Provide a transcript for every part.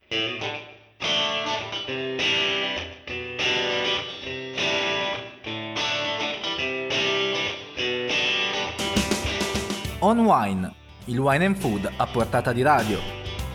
On Wine, il wine and food a portata di radio.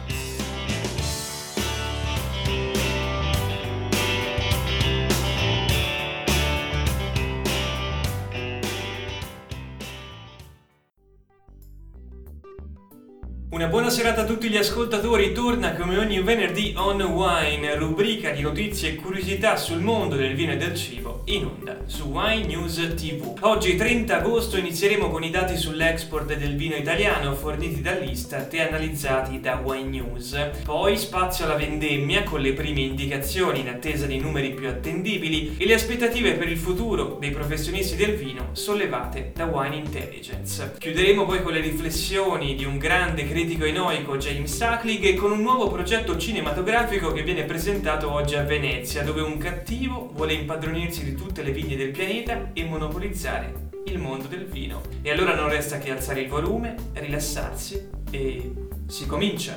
Una buona serata a tutti gli ascoltatori, torna come ogni venerdì On Wine, rubrica di notizie e curiosità sul mondo del vino e del cibo, in onda su Wine News TV. Oggi 30 agosto inizieremo con i dati sull'export del vino italiano forniti dall'Istat e analizzati da Wine News. Poi spazio alla vendemmia con le prime indicazioni in attesa di numeri più attendibili e le aspettative per il futuro dei professionisti del vino sollevate da Wine Intelligence. Chiuderemo poi con le riflessioni di un grande critico enoico, James Suckling, e con un nuovo progetto cinematografico che viene presentato oggi a Venezia, dove un cattivo vuole impadronirsi di tutte le vigne del pianeta e monopolizzare il mondo del vino. E allora non resta che alzare il volume, rilassarsi e si comincia.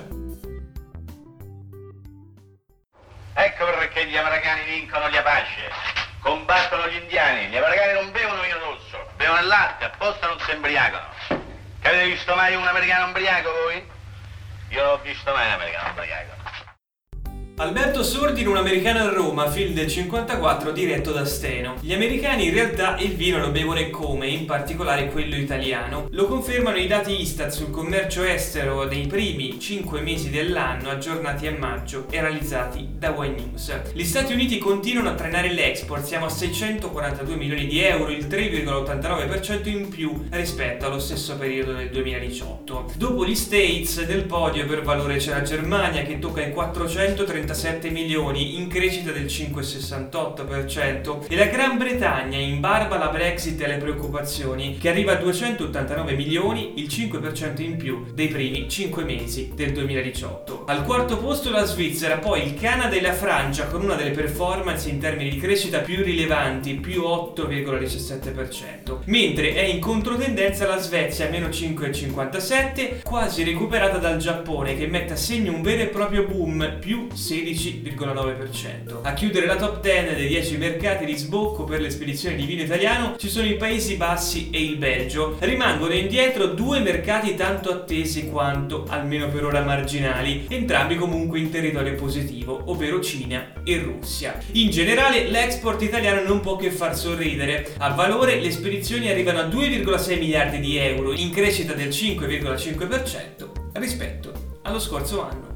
Ecco perché gli americani vincono gli Apache, combattono gli indiani. Gli americani non bevono vino rosso, bevono il latte, apposta non si imbriacano. Che avete visto mai un americano ubriaco voi? Io non ho visto mai un americano ubriaco. Alberto Sordi in Un americano a Roma, film del 54 diretto da Steno. Gli americani in realtà il vino lo bevono e come, in particolare quello italiano. Lo confermano i dati Istat sul commercio estero dei primi 5 mesi dell'anno, aggiornati a maggio e analizzati da Wine News. Gli Stati Uniti continuano a trainare l'export, siamo a 642 milioni di euro, il 3,89% in più rispetto allo stesso periodo del 2018. Dopo gli States del podio per valore c'è la Germania che tocca i 437 milioni, in crescita del 5,68%, e la Gran Bretagna, in barba alla Brexit e alle preoccupazioni, che arriva a 289 milioni, il 5% in più dei primi 5 mesi del 2018. Al quarto posto la Svizzera, poi il Canada e la Francia con una delle performance in termini di crescita più rilevanti, più 8,17%, mentre è in controtendenza la Svezia, meno 5,57%, quasi recuperata dal Giappone che mette a segno un vero e proprio boom, più 16,9%. A chiudere la top 10 dei 10 mercati di sbocco per le spedizioni di vino italiano ci sono i Paesi Bassi e il Belgio. Rimangono indietro due mercati tanto attesi quanto, almeno per ora, marginali, entrambi comunque in territorio positivo, ovvero Cina e Russia. In generale l'export italiano non può che far sorridere. A valore le spedizioni arrivano a 2,6 miliardi di euro, in crescita del 5,5% rispetto allo scorso anno.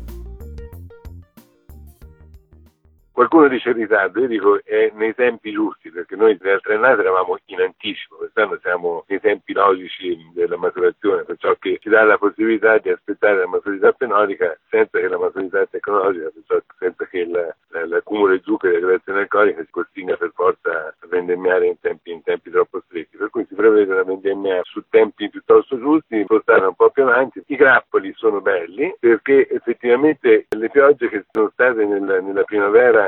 Qualcuno dice ritardo, io dico è nei tempi giusti, perché noi le altre annate eravamo in anticipo, quest'anno siamo nei tempi logici della maturazione, perciò che ci dà la possibilità di aspettare la maturità fenolica senza che la maturità tecnologica, perciò senza che l'accumulo di zuccheri e elevazione alcolica si costringa per forza a vendemmiare in tempi troppo stretti, per cui si prevede una vendemmia su tempi piuttosto giusti, spostare un po' più avanti. I grappoli sono belli perché effettivamente le piogge che sono state nella primavera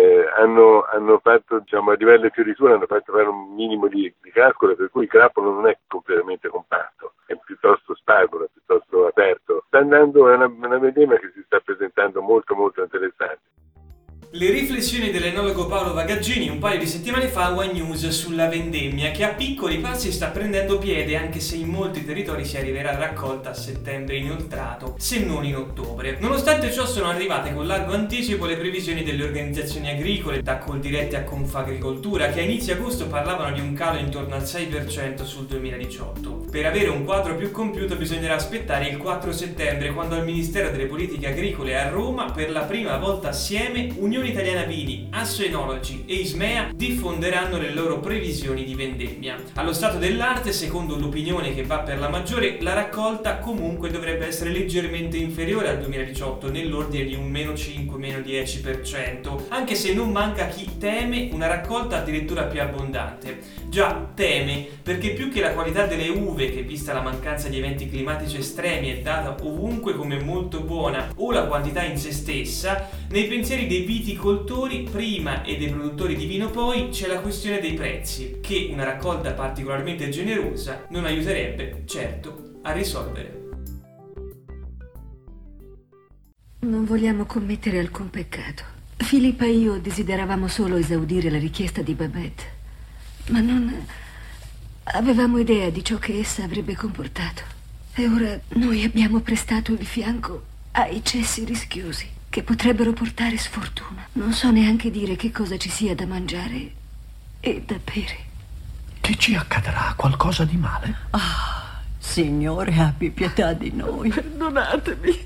hanno fatto, diciamo, a livello di fioritura hanno fatto fare un minimo di calcolo, per cui il grappolo non è completamente compatto, è piuttosto sparso, è piuttosto aperto. Sta andando, è una vendemmia che si sta presentando molto molto interessante. Le riflessioni dell'enologo Paolo Vagaggini un paio di settimane fa a Wine News sulla vendemmia, che a piccoli passi sta prendendo piede, anche se in molti territori si arriverà a raccolta a settembre inoltrato, se non in ottobre. Nonostante ciò sono arrivate con largo anticipo le previsioni delle organizzazioni agricole, da Coldiretti a Confagricoltura, che a inizio agosto parlavano di un calo intorno al 6% sul 2018. Per avere un quadro più compiuto bisognerà aspettare il 4 settembre, quando al Ministero delle Politiche Agricole a Roma, per la prima volta assieme, Unione Italiana Vini, Assoenologi e Ismea diffonderanno le loro previsioni di vendemmia. Allo stato dell'arte, secondo l'opinione che va per la maggiore, la raccolta comunque dovrebbe essere leggermente inferiore al 2018, nell'ordine di un meno 5, meno 10%, anche se non manca chi teme una raccolta addirittura più abbondante. Già, teme, perché più che la qualità delle uve, che vista la mancanza di eventi climatici estremi è data ovunque come molto buona, o la quantità in se stessa, nei pensieri dei viticoltori prima e dei produttori di vino poi c'è la questione dei prezzi, che una raccolta particolarmente generosa non aiuterebbe certo a risolvere. Non vogliamo commettere alcun peccato. Filippa e io desideravamo solo esaudire la richiesta di Babette, ma non avevamo idea di ciò che essa avrebbe comportato. E ora noi abbiamo prestato il fianco ai cessi rischiosi che potrebbero portare sfortuna. Non so neanche dire che cosa ci sia da mangiare e da bere. Che ci accadrà? Qualcosa di male? Signore, abbi pietà di noi. Perdonatemi.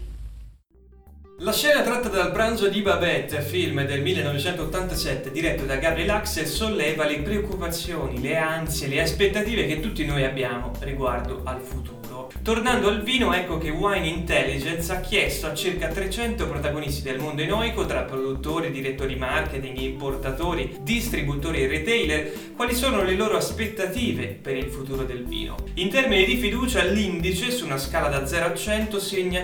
La scena tratta dal pranzo di Babette, film del 1987 diretto da Gabriel Axel, solleva le preoccupazioni, le ansie, le aspettative che tutti noi abbiamo riguardo al futuro. Tornando al vino, ecco che Wine Intelligence ha chiesto a circa 300 protagonisti del mondo enoico, tra produttori, direttori marketing, importatori, distributori e retailer, quali sono le loro aspettative per il futuro del vino. In termini di fiducia, l'indice su una scala da 0 a 100 segna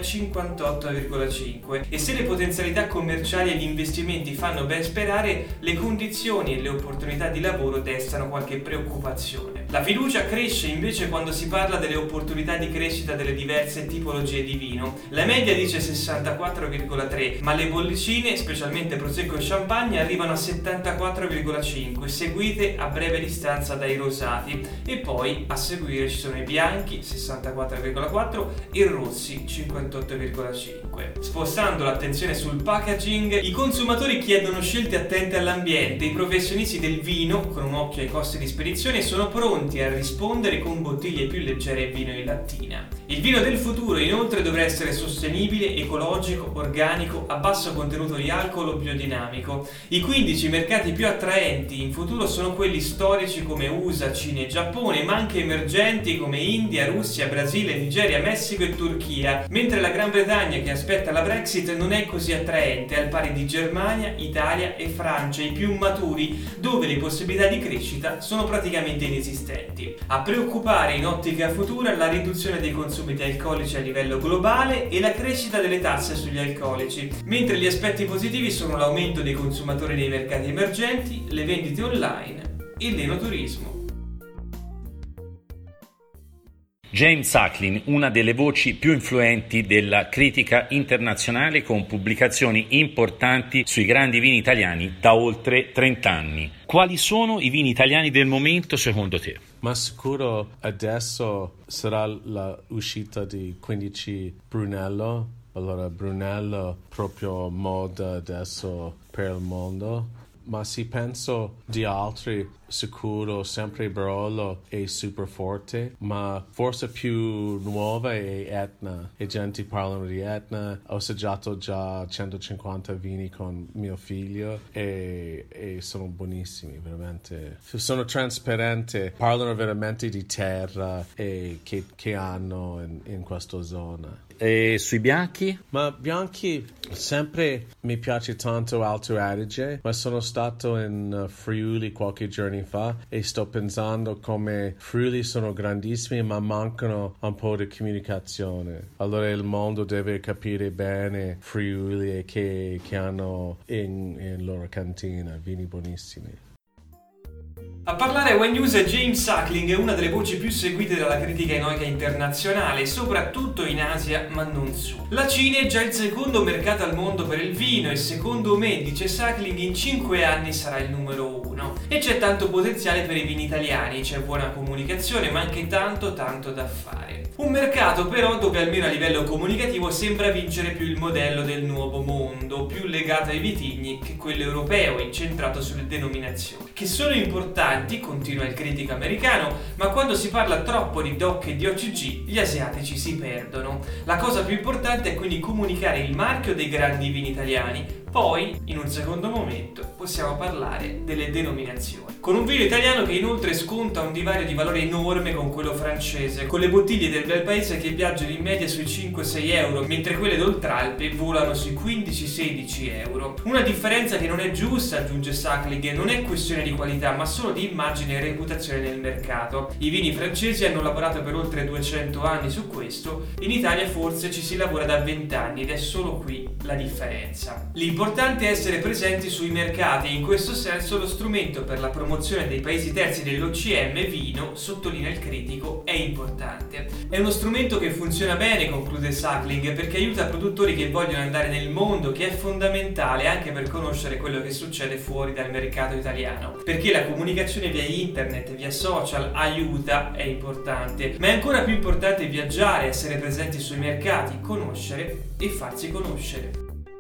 58,5 e se le potenzialità commerciali e gli investimenti fanno ben sperare, le condizioni e le opportunità di lavoro destano qualche preoccupazione. La fiducia cresce invece quando si parla delle opportunità di crescita delle diverse tipologie di vino. La media dice 64,3, ma le bollicine, specialmente Prosecco e Champagne, arrivano a 74,5, seguite a breve distanza dai rosati, e poi a seguire ci sono i bianchi 64,4 e i rossi 58,5. Spostando l'attenzione sul packaging, i consumatori chiedono scelte attente all'ambiente. I professionisti del vino, con un occhio ai costi di spedizione, sono pronti a rispondere con bottiglie più leggere e vino in lattina. Il vino del futuro inoltre dovrà essere sostenibile, ecologico, organico, a basso contenuto di alcol o biodinamico. I 15 mercati più attraenti in futuro sono quelli storici come USA, Cina e Giappone, ma anche emergenti come India, Russia, Brasile, Nigeria, Messico e Turchia, mentre la Gran Bretagna, che aspetta la Brexit, non è così attraente, al pari di Germania, Italia e Francia, i più maturi, dove le possibilità di crescita sono praticamente inesistenti. A preoccupare in ottica futura la riduzione dei consumi di alcolici a livello globale e la crescita delle tasse sugli alcolici, mentre gli aspetti positivi sono l'aumento dei consumatori nei mercati emergenti, le vendite online e l'enoturismo. James Suckling, una delle voci più influenti della critica internazionale, con pubblicazioni importanti sui grandi vini italiani da oltre 30 anni. Quali sono i vini italiani del momento secondo te? Ma sicuro adesso sarà la uscita di 15 Brunello. Allora Brunello proprio moda adesso per il mondo. Ma se penso di altri, sicuro sempre Barolo è super forte, ma forse più nuova è Etna. E gente parlano di Etna. Ho assaggiato già 150 vini con mio figlio e sono buonissimi, veramente. Sono trasparenti, parlano veramente di terra e che hanno in questa zona. E sui bianchi? Ma bianchi sempre mi piace tanto Alto Adige, ma sono stato in Friuli qualche giorno fa e sto pensando come Friuli sono grandissimi ma mancano un po' di comunicazione. Allora il mondo deve capire bene Friuli e che hanno in loro cantina vini buonissimi. A parlare a Wine News è James Suckling, una delle voci più seguite dalla critica enoica internazionale, soprattutto in Asia, ma non solo. La Cina è già il secondo mercato al mondo per il vino e secondo me, dice Suckling, in 5 anni sarà il numero 1. E c'è tanto potenziale per i vini italiani, c'è buona comunicazione, ma anche tanto da fare. Un mercato però dove almeno a livello comunicativo sembra vincere più il modello del nuovo mondo, più legato ai vitigni che quello europeo, incentrato sulle denominazioni, che sono importanti, continua il critico americano, ma quando si parla troppo di DOC e di OCG, gli asiatici si perdono. La cosa più importante è quindi comunicare il marchio dei grandi vini italiani. Poi, in un secondo momento, possiamo parlare delle denominazioni. Con un vino italiano che inoltre sconta un divario di valore enorme con quello francese, con le bottiglie del bel paese che viaggiano in media sui 5-6 euro, mentre quelle d'Oltralpe volano sui 15-16 euro. Una differenza che non è giusta, aggiunge Suckling, e non è questione di qualità, ma solo di immagine e reputazione nel mercato. I vini francesi hanno lavorato per oltre 200 anni su questo, in Italia forse ci si lavora da 20 anni ed è solo qui la differenza. L'importante L'importante è essere presenti sui mercati e in questo senso lo strumento per la promozione dei paesi terzi dell'OCM vino, sottolinea il critico, è importante. È uno strumento che funziona bene, conclude Suckling, perché aiuta produttori che vogliono andare nel mondo, che è fondamentale anche per conoscere quello che succede fuori dal mercato italiano. Perché la comunicazione via internet, via social aiuta, è importante, ma è ancora più importante viaggiare, essere presenti sui mercati, conoscere e farsi conoscere.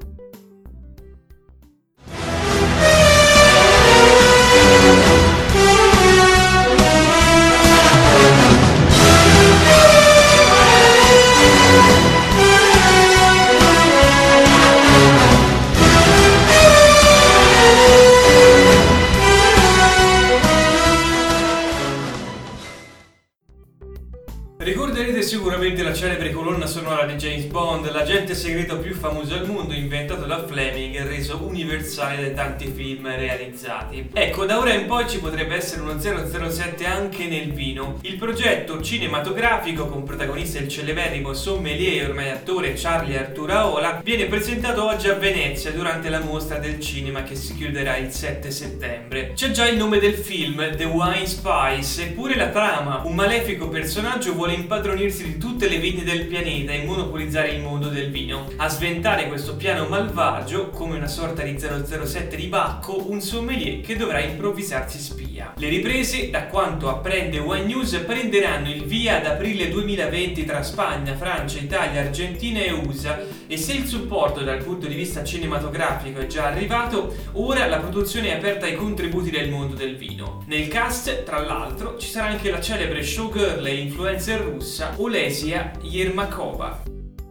Ricorderete sicuramente la celebre colonna sonora di James Bond, l'agente segreto più famoso al mondo, inventato da Fleming e reso universale dai tanti film realizzati. Ecco, da ora in poi ci potrebbe essere uno 007 anche nel vino. Il progetto cinematografico, con protagonista il celeberrimo sommelier e ormai attore Charlie Arturo Aola, viene presentato oggi a Venezia durante la mostra del cinema che si chiuderà il 7 settembre. C'è già il nome del film, The Wine Spice, eppure la trama. Un malefico personaggio vuole impadronirsi di tutte le vigne del pianeta e monopolizzare il mondo del vino. A sventare questo piano malvagio, come una sorta di 007 di Bacco, un sommelier che dovrà improvvisarsi spia. Le riprese, da quanto apprende Wine News, prenderanno il via ad aprile 2020 tra Spagna, Francia, Italia, Argentina e USA, e se il supporto dal punto di vista cinematografico è già arrivato, ora la produzione è aperta ai contributi del mondo del vino. Nel cast, tra l'altro, ci sarà anche la celebre showgirl e influencer russa Olesia Yermakova.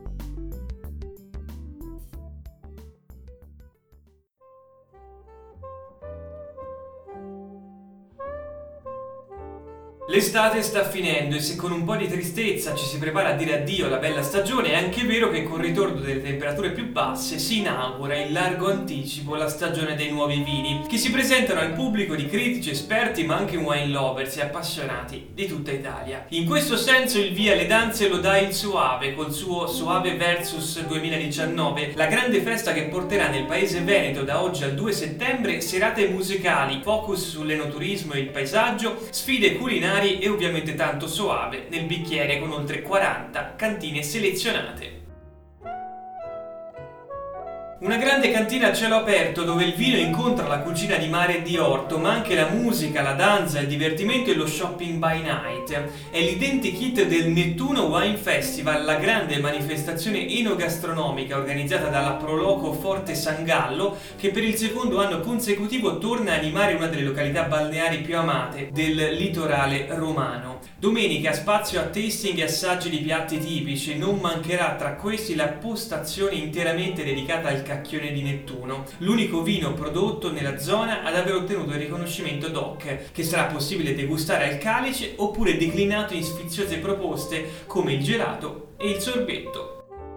L'estate sta finendo e se con un po' di tristezza ci si prepara a dire addio alla bella stagione, è anche vero che con il ritorno delle temperature più basse si inaugura in largo anticipo la stagione dei nuovi vini, che si presentano al pubblico di critici, esperti ma anche wine lovers e appassionati di tutta Italia. In questo senso il via alle danze lo dà il Soave, col suo Soave Versus 2019, la grande festa che porterà nel paese veneto da oggi al 2 settembre serate musicali, focus sull'enoturismo e il paesaggio, sfide culinarie e ovviamente tanto Soave nel bicchiere con oltre 40 cantine selezionate. Una grande cantina a cielo aperto dove il vino incontra la cucina di mare e di orto, ma anche la musica, la danza, il divertimento e lo shopping by night. È l'identikit del Nettuno Wine Festival, la grande manifestazione enogastronomica organizzata dalla Proloco Forte San Gallo, che per il secondo anno consecutivo torna a animare una delle località balneari più amate del litorale romano. Domenica spazio a tasting e assaggi di piatti tipici, non mancherà tra questi la postazione interamente dedicata al Cacchione di Nettuno, l'unico vino prodotto nella zona ad aver ottenuto il riconoscimento DOC, che sarà possibile degustare al calice oppure declinato in sfiziose proposte come il gelato e il sorbetto.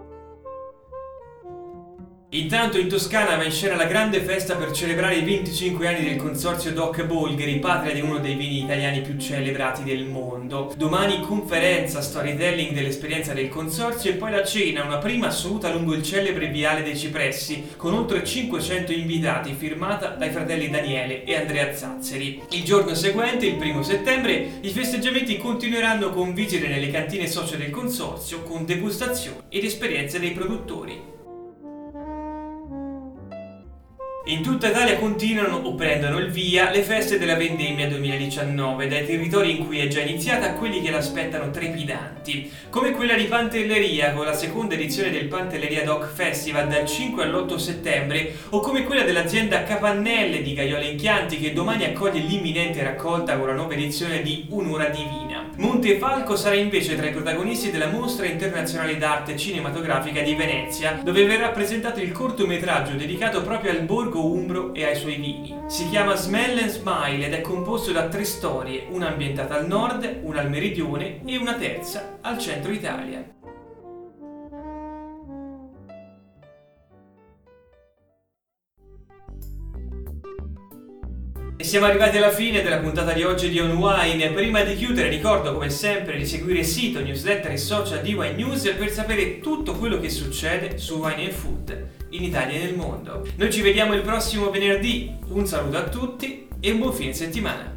Intanto in Toscana va in scena la grande festa per celebrare i 25 anni del consorzio DOC Bolgheri, patria di uno dei vini italiani più celebrati del mondo. Domani conferenza, storytelling dell'esperienza del consorzio e poi la cena, una prima assoluta lungo il celebre Viale dei Cipressi, con oltre 500 invitati, firmata dai fratelli Daniele e Andrea Zazzeri. Il giorno seguente, il 1 settembre, i festeggiamenti continueranno con visite nelle cantine socie del consorzio, con degustazioni ed esperienze dei produttori. In tutta Italia continuano o prendono il via le feste della vendemmia 2019, dai territori in cui è già iniziata a quelli che l'aspettano trepidanti, come quella di Pantelleria con la seconda edizione del Pantelleria Doc Festival dal 5 all'8 settembre, o come quella dell'azienda Capannelle di Gaiole in Chianti che domani accoglie l'imminente raccolta con la nuova edizione di Un'ora divina. Montefalco sarà invece tra i protagonisti della Mostra Internazionale d'Arte Cinematografica di Venezia, dove verrà presentato il cortometraggio dedicato proprio al borgo umbro e ai suoi vini. Si chiama Smell and Smile ed è composto da 3 storie, una ambientata al nord, una al meridione e una terza al centro Italia. E siamo arrivati alla fine della puntata di oggi di On Wine. Prima di chiudere ricordo come sempre di seguire il sito, newsletter e social di Wine News per sapere tutto quello che succede su Wine and Food in Italia e nel mondo. Noi ci vediamo il prossimo venerdì, un saluto a tutti e un buon fine settimana.